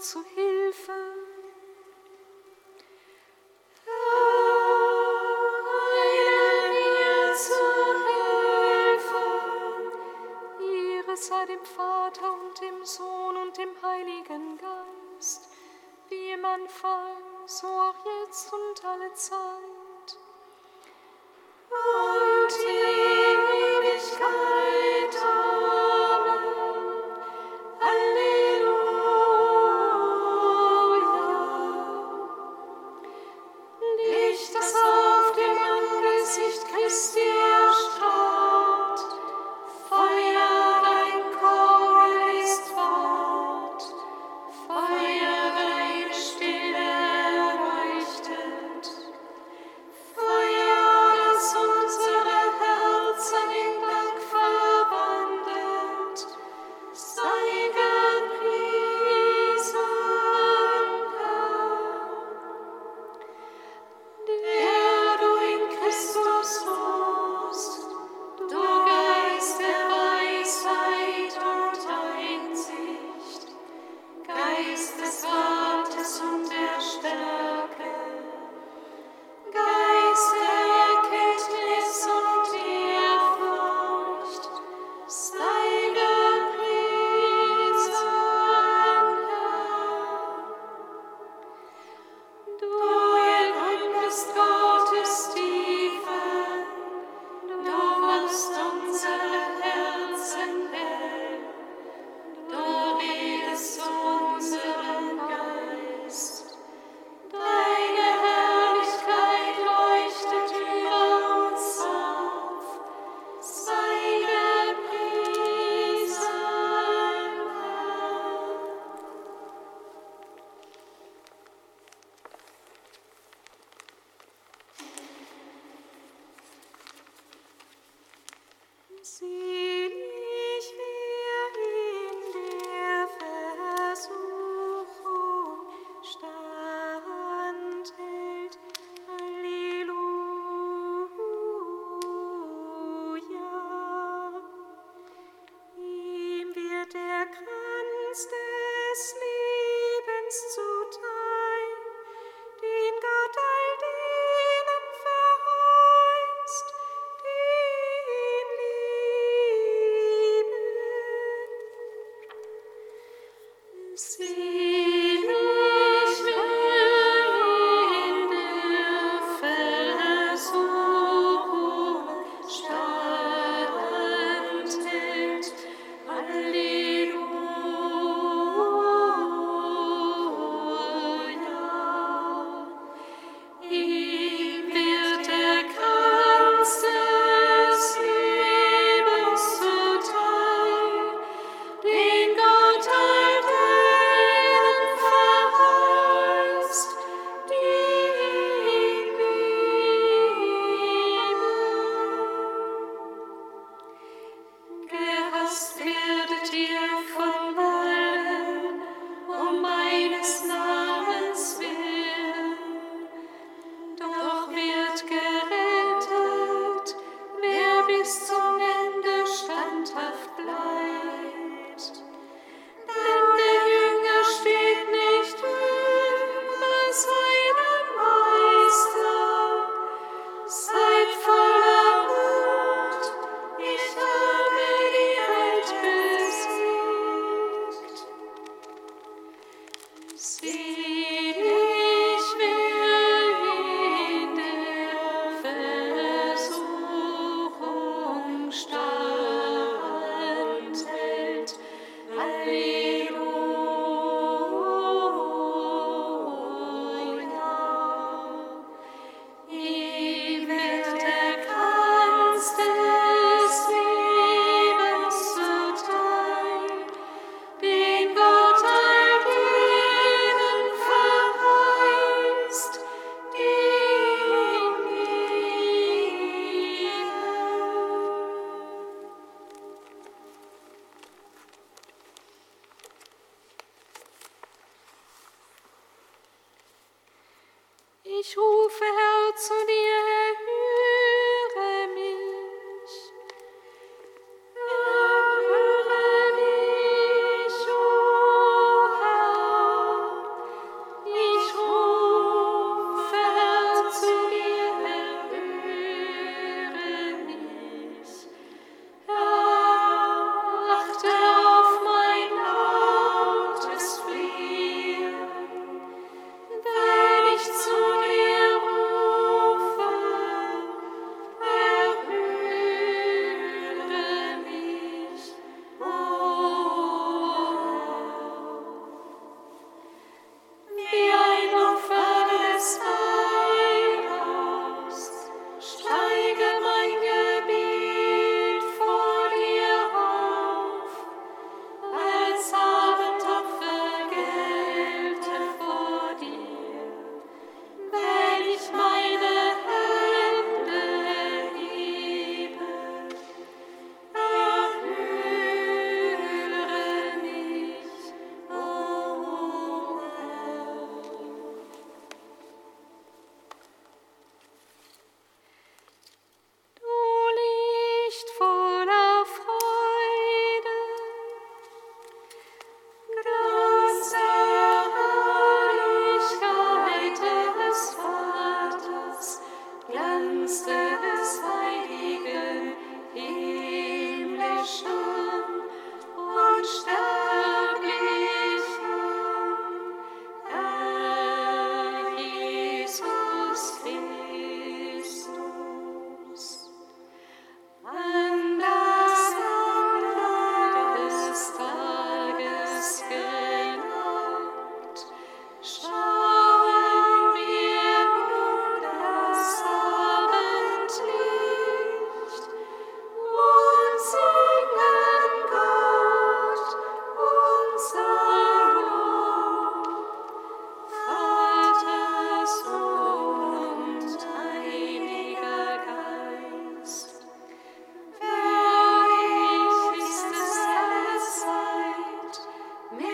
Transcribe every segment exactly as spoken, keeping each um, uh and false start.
zu Hilfe. Eile mir zu Hilfe. Ehre sei dem Vater und dem Sohn und dem Heiligen Geist, wie im Anfang, so auch jetzt und alle Zeit. Und Ewigkeit. Amen. Halleluja. Licht, das auf dem Angesicht Christi erstrahlt, Feuer, dein Korn ist fort, Feuer, deine Stille erleuchtet, Feuer, das unsere Herzen in Dank verwandelt, sei gepriesen, Herr, der du in Christus wohnst, du Geist der Weisheit und Einsicht, Geist des Rates und der Stärke, Geist der Erkenntnis und Ehrfurcht, sei gepriesen, Herr. Du ergründest Gottes Tiefen, du machst unsere Herzen hell, du redest zu unserem Geist. Deine Herrlichkeit leuchtet über uns auf, sei gepriesen, Herr. Selig, wer in der Versuchung standhält. Halleluja. Ihm wird der Kranz des Lebens zuteil, den Gott all denen verheißt, die ihn lieben. Selig, wer in der Versuchung standhält. Halleluja. Ihm wird der Kranz des Lebens zuteil, den Gott all denen verheißt, die ihn lieben. Gehasst werdet ihr von allen, um meines Namens willen. Doch wird gerettet, wer bis zum Ende standhaft bleibt. Denn der Jünger steht nicht über seinem Meister. Seid voller Mut, ich habe die Welt besiegt. Selig, wer in der Versuchung standhält. Halleluja. Ihm wird der Kranz des Lebens zuteil, den Gott all denen verheißt, die ihn lieben. Ich rufe, Herr, zu dir, erhöre mich. Erhöre mich, o Herr.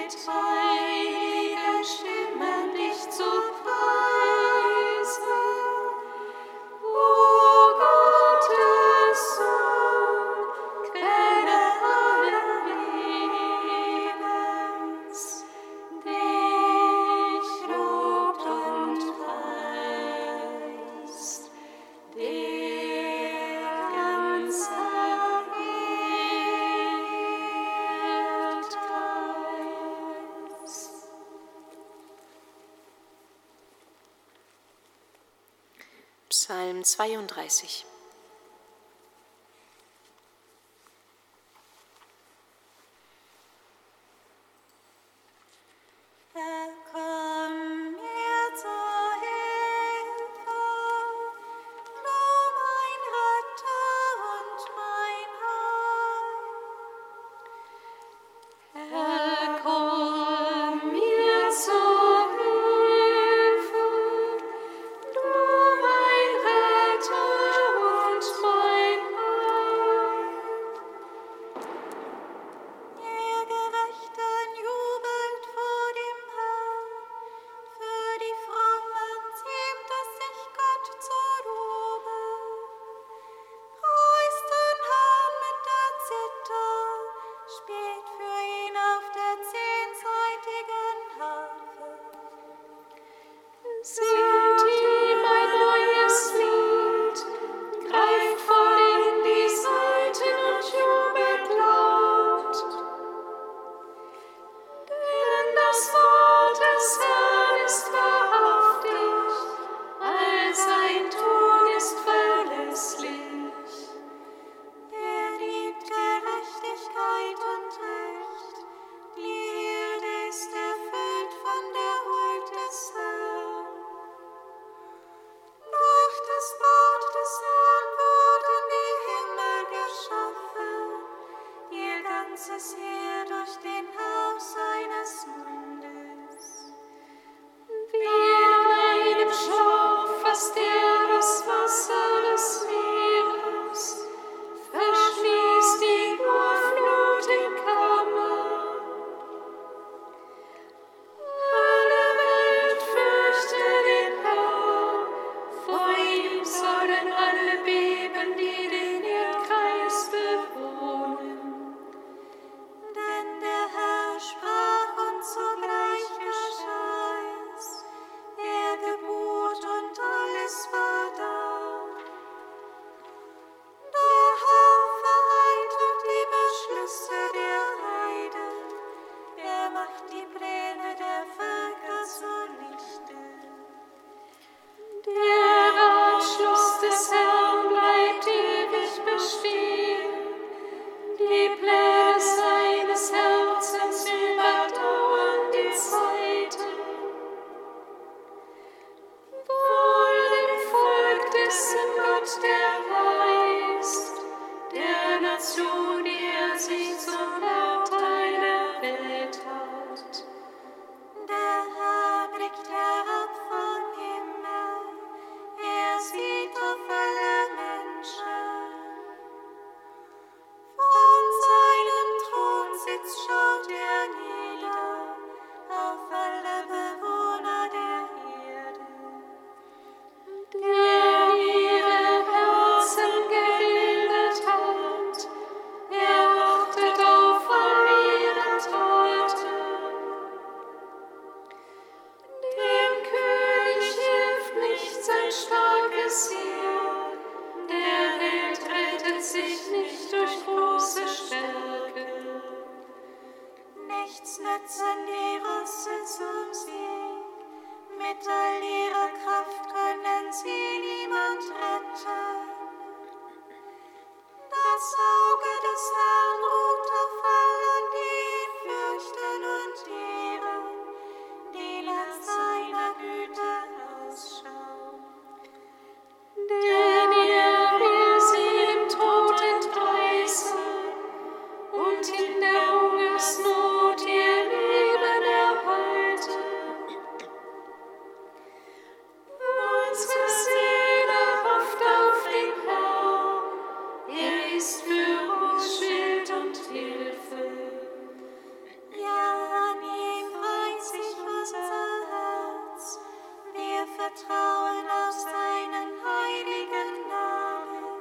Psalm zweiunddreißig. Ist für uns Schild vertrauen auf seinen heiligen Namen.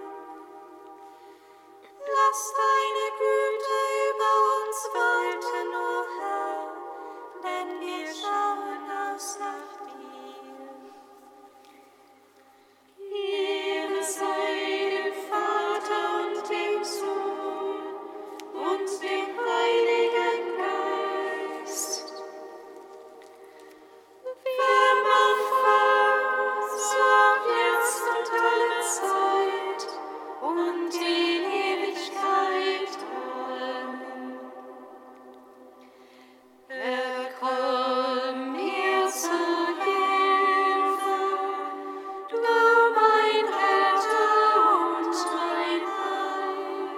Lass deine Güte über uns walten, o Herr, denn wir schauen aus nach dir. Ehre sei dem Vater und dem Sohn und dem Heiligen Geist. Wirr am Anfang, so auch jetzt und alle Zeit und in Ewigkeit. Amen. Herr, komm mir zu Hilfe, du mein Retter und mein Heil.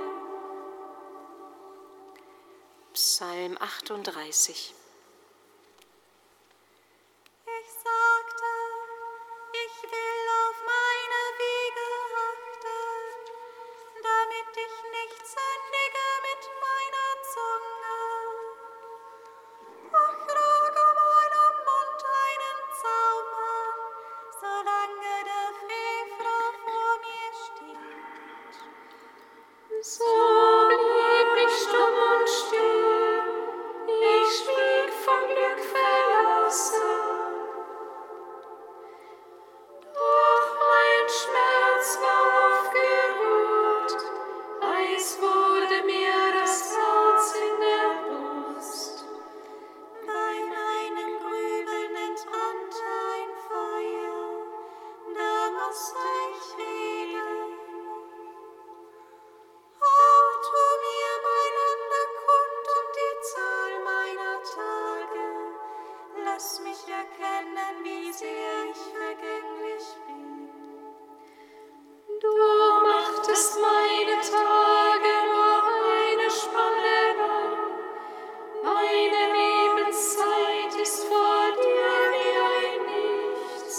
Psalm achtunddreißig. Ich sagte, ich will auf meine Wege achten, damit ich nicht sündige mit meiner Zunge. Ach, trage meinem Mund einen Zaum an, solange der Frevler vor mir steht. So blieb ich stumm und still, ich schwieg vom Glück verlassen. Doch mein Schmerz war aufgeruht, Eis wurde mir das Herz in der Brust. Bei meinem Grübeln entbrannte ein Feuer, da musste ich fliehen. Oh, tu mir mein Ende kund und die Zahl meiner Tage. Lass mich erkennen, wie sehr ich vergänglich bin. Du machtest meine Tage nur eine Spanne lang, meine Lebenszeit ist vor dir wie ein Nichts.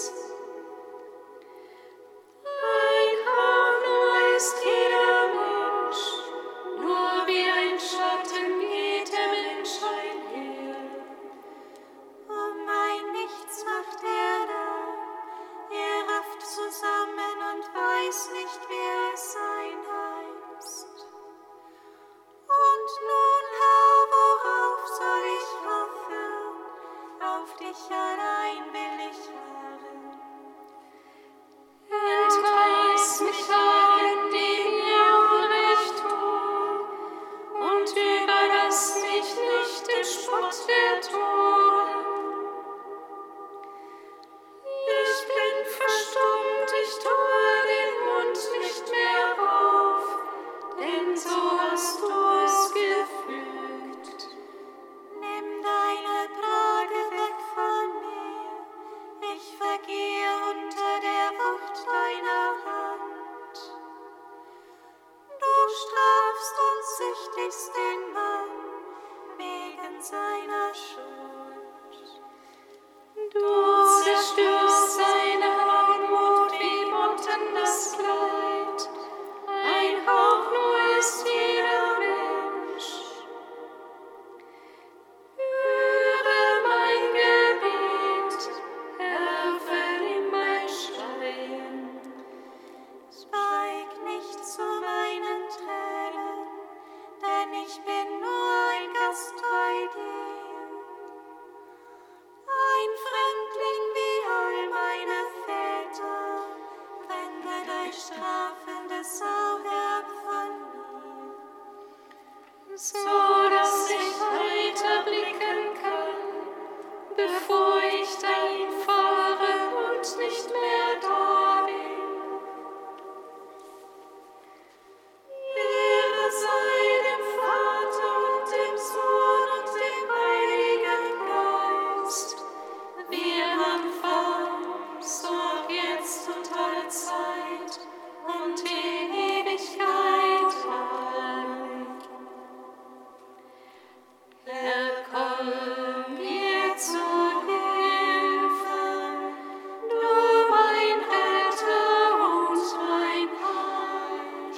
Ein Hauch nur ist jeder Mensch, nur wie ein Schatten geht der Menschheit her. Um mein Nichts macht er da, er rafft zusammen und weiß nicht, wer es sein heißt. Und nun, Herr, worauf soll ich hoffen? Auf dich allein will ich harren. Entreiß mich allen, die mir Unrecht tun, und überlass mich nicht dem Spott der Toren. Ich bin verstummt, ich tue den Mund nicht mehr auf, denn so hast du es gefügt. Nimm deine Plage weg von mir, ich vergehe unter der Wucht deiner Hand. Du strafst und züchtigst den Mann wegen seiner Schuld. Du zerstörst seine Armut wie Motten das Kleid, ein Hauch nur ist jeder Mensch. Höre mein Gebet, Herr, vernimm mein Schreien. Schweig nicht zu meinen Tränen, denn ich bin nur ein Gast bei dir. Ein Fremdling wie all meine Väter, wende dein strafendes Auge ab von mir. So dass ich weiter blicken kann, bevor ich dahin fahre und nicht mehr da bin. Ehre sei dem Vater und dem Sohn und dem Heiligen Geist, wie am Anfang, so auch jetzt und alle Zeit und in Ewigkeit. Amen. Herr, komm mir zu Hilfe, du mein Retter und mein Heil.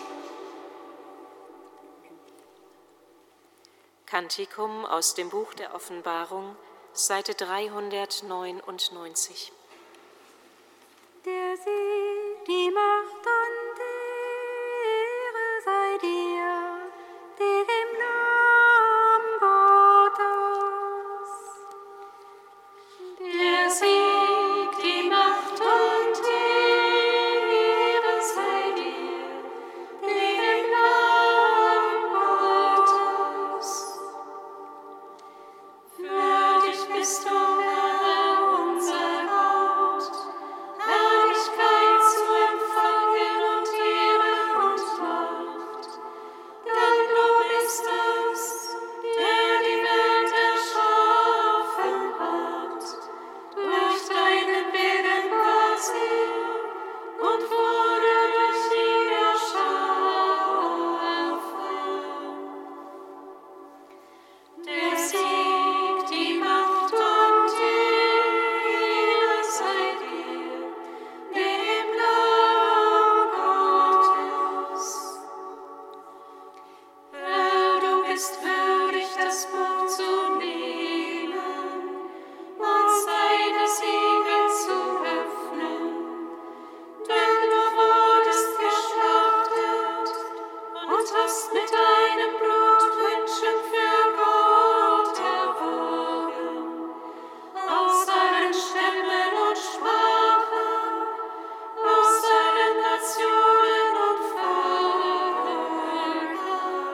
Kantikum aus dem Buch der Offenbarung, Seite dreihundertneunundneunzig. Der Sieg, die Macht und die Ehre sei dir, dem Namen Gottes. Der Sieg, die Macht und die Ehre sei dir, dem Namen Gottes. Würdig bist du, Herr, unser Gott, Herrlichkeit zu empfangen und Ehre und Macht. Denn du bist es, der die Welt erschaffen hat. Durch deinen Willen war sie und wurde durch ihn erschaffen. Der Sieg, die Macht und die Ehre sei dir, dem Namen Gottes. Herr, du bist würdig, das Buch zu nehmen und seine Siegel zu öffnen. Denn du wurdest geschlachtet und hast mit deinem Blut Menschen für Gott erworben, aus allen Stämmen und Sprachen, aus allen Nationen und Völkern.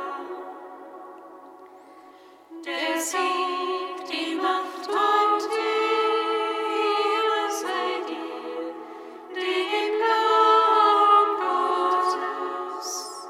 Der Sieg, die Macht und die Ehre sei dir, dem Namen Gottes.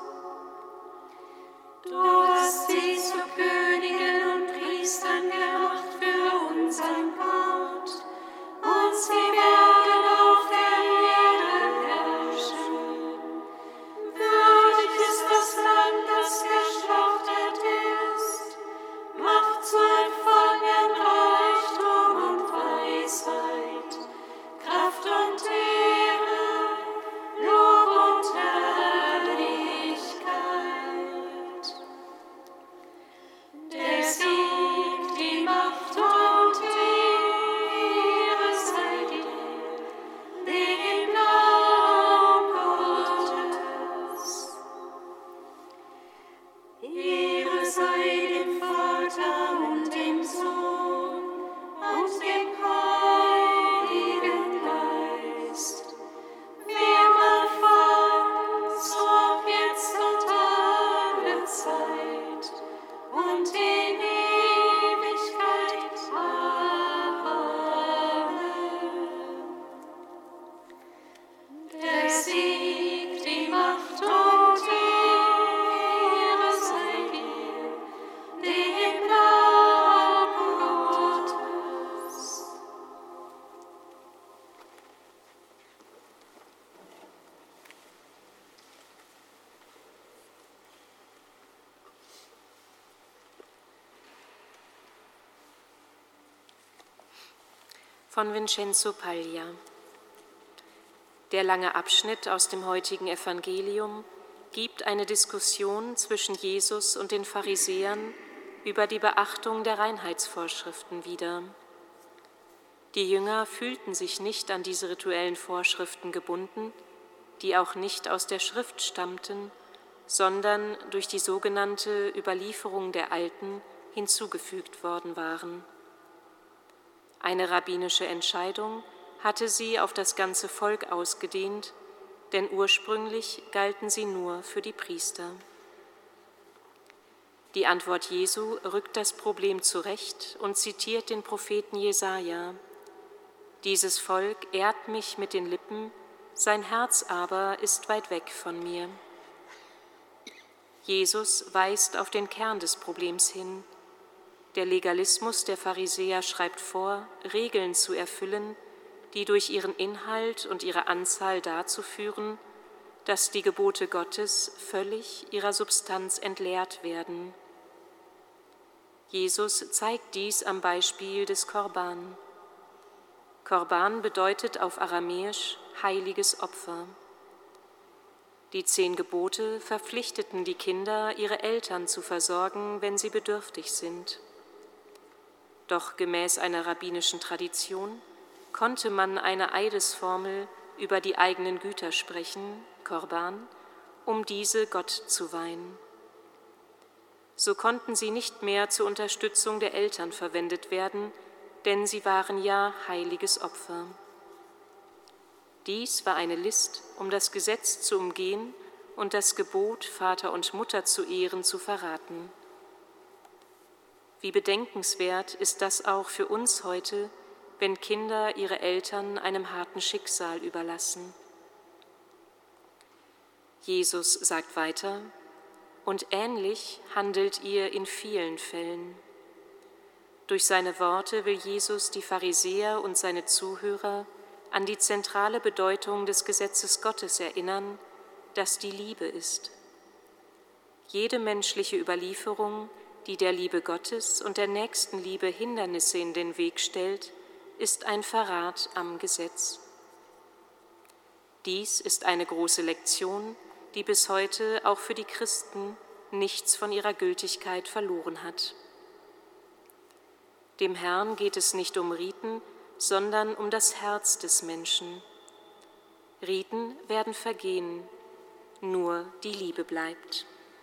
Du hast sie zu Königen und Priestern gemacht für unseren Gott, und sie werden auf der Erde herrschen. Würdig ist das Lamm, das geschlachtet ist, Macht zu empfangen, Reichtum und Weisheit, Kraft und Ehre, Lob und Herrlichkeit. Der Sieg, die Macht und die Ehre sei dir, dem Namen Gottes. Ehre sei dem Vater und dem Sohn und dem Heiligen Geist, wie im Anfang, so auch jetzt und alle Zeit und in Ewigkeit. Amen. Der Sieg, die Macht und die Ehre sei dir, dem Namen Gottes. Von Vincenzo Paglia. Der lange Abschnitt aus dem heutigen Evangelium gibt eine Diskussion zwischen Jesus und den Pharisäern über die Beachtung der Reinheitsvorschriften wieder. Die Jünger fühlten sich nicht an diese rituellen Vorschriften gebunden, die auch nicht aus der Schrift stammten, sondern durch die sogenannte Überlieferung der Alten hinzugefügt worden waren. Eine rabbinische Entscheidung hatte sie auf das ganze Volk ausgedehnt, denn ursprünglich galten sie nur für die Priester. Die Antwort Jesu rückt das Problem zurecht und zitiert den Propheten Jesaja: Dieses Volk ehrt mich mit den Lippen, sein Herz aber ist weit weg von mir. Jesus weist auf den Kern des Problems hin. Der Legalismus der Pharisäer schreibt vor, Regeln zu erfüllen, die durch ihren Inhalt und ihre Anzahl dazu führen, dass die Gebote Gottes völlig ihrer Substanz entleert werden. Jesus zeigt dies am Beispiel des Korban. Korban bedeutet auf Aramäisch heiliges Opfer. Die zehn Gebote verpflichteten die Kinder, ihre Eltern zu versorgen, wenn sie bedürftig sind. Doch gemäß einer rabbinischen Tradition konnte man eine Eidesformel über die eigenen Güter sprechen, Korban, um diese Gott zu weihen. So konnten sie nicht mehr zur Unterstützung der Eltern verwendet werden, denn sie waren ja heiliges Opfer. Dies war eine List, um das Gesetz zu umgehen und das Gebot, Vater und Mutter zu ehren, zu verraten. Wie bedenkenswert ist das auch für uns heute, wenn Kinder ihre Eltern einem harten Schicksal überlassen. Jesus sagt weiter: Und ähnlich handelt ihr in vielen Fällen. Durch seine Worte will Jesus die Pharisäer und seine Zuhörer an die zentrale Bedeutung des Gesetzes Gottes erinnern, das die Liebe ist. Jede menschliche Überlieferung, die der Liebe Gottes und der Nächstenliebe Hindernisse in den Weg stellt, ist ein Verrat am Gesetz. Dies ist eine große Lektion, die bis heute auch für die Christen nichts von ihrer Gültigkeit verloren hat. Dem Herrn geht es nicht um Riten, sondern um das Herz des Menschen. Riten werden vergehen, nur die Liebe bleibt.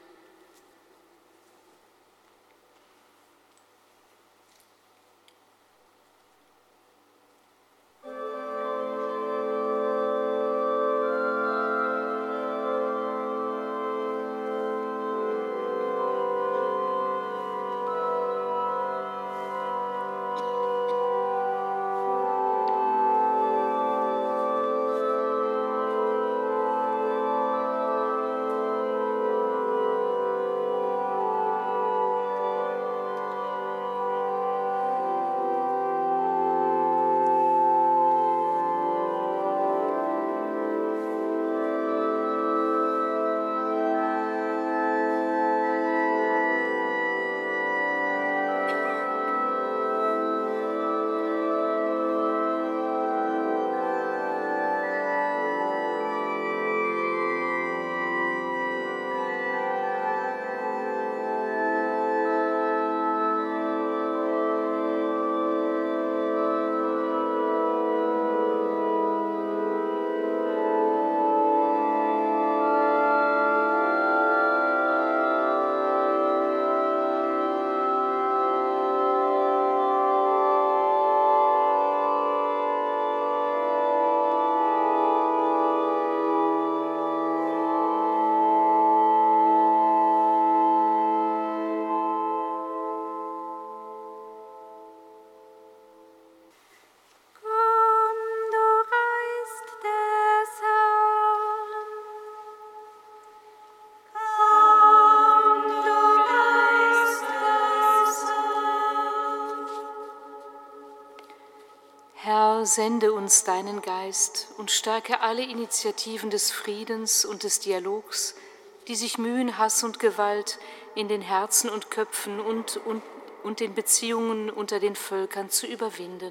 Herr, sende uns deinen Geist und stärke alle Initiativen des Friedens und des Dialogs, die sich mühen, Hass und Gewalt in den Herzen und Köpfen und, und, und den Beziehungen unter den Völkern zu überwinden.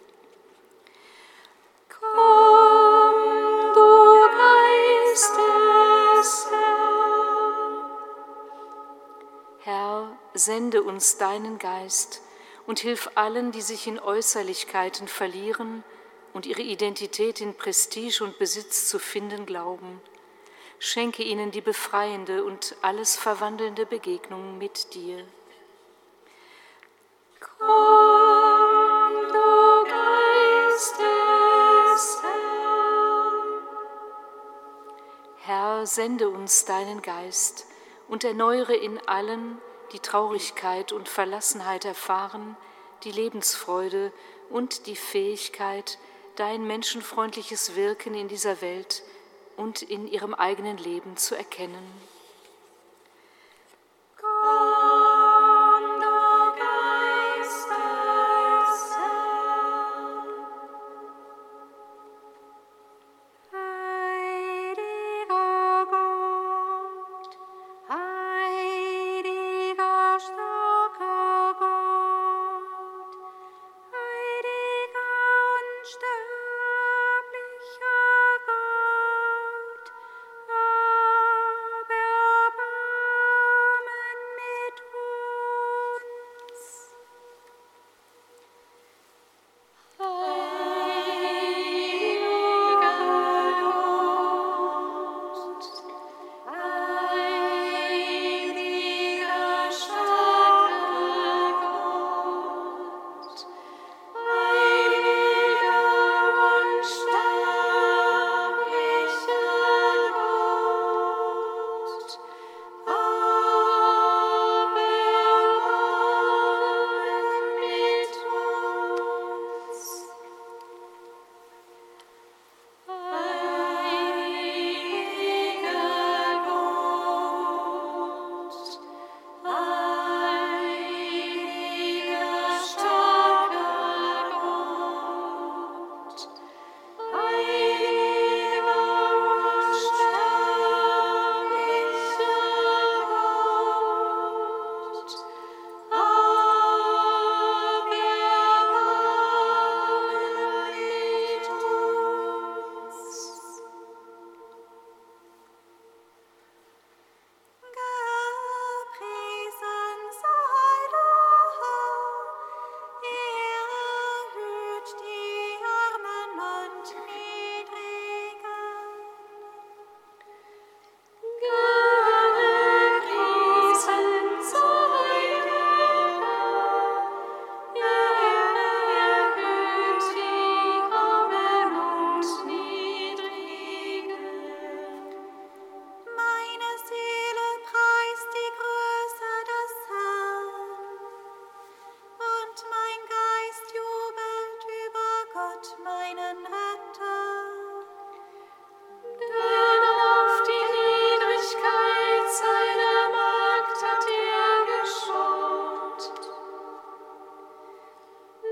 Komm, du Geist des Herrn. Herr, sende uns deinen Geist und hilf allen, die sich in Äußerlichkeiten verlieren und ihre Identität in Prestige und Besitz zu finden glauben. Schenke ihnen die befreiende und alles verwandelnde Begegnung mit dir. Komm, du Geist des Herrn. Herr, sende uns deinen Geist und erneuere in allen, die Traurigkeit und Verlassenheit erfahren, die Lebensfreude und die Fähigkeit, dein menschenfreundliches Wirken in dieser Welt und in ihrem eigenen Leben zu erkennen. Komm, du Geist des Herrn. Heiliger Gott, heiliger starker Gott, heiliger unsterblicher Gott, aber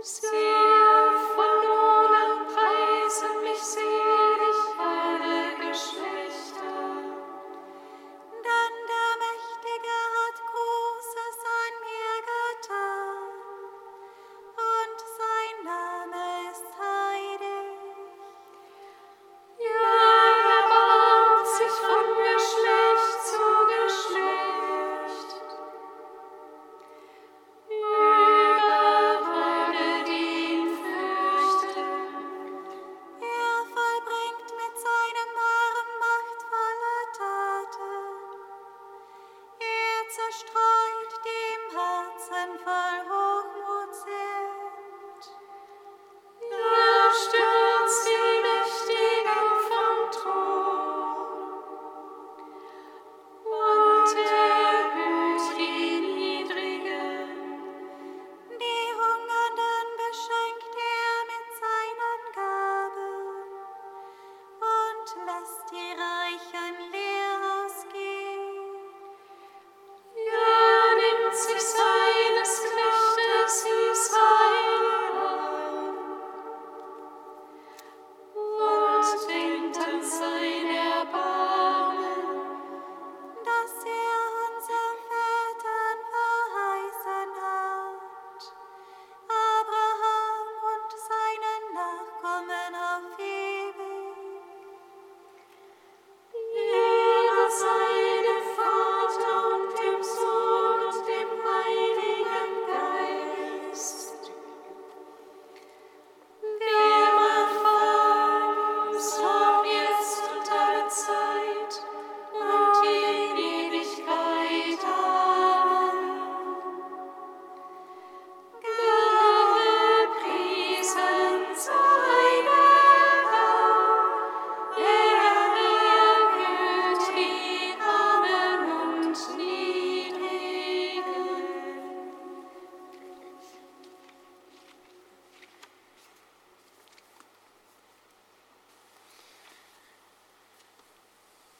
Sehr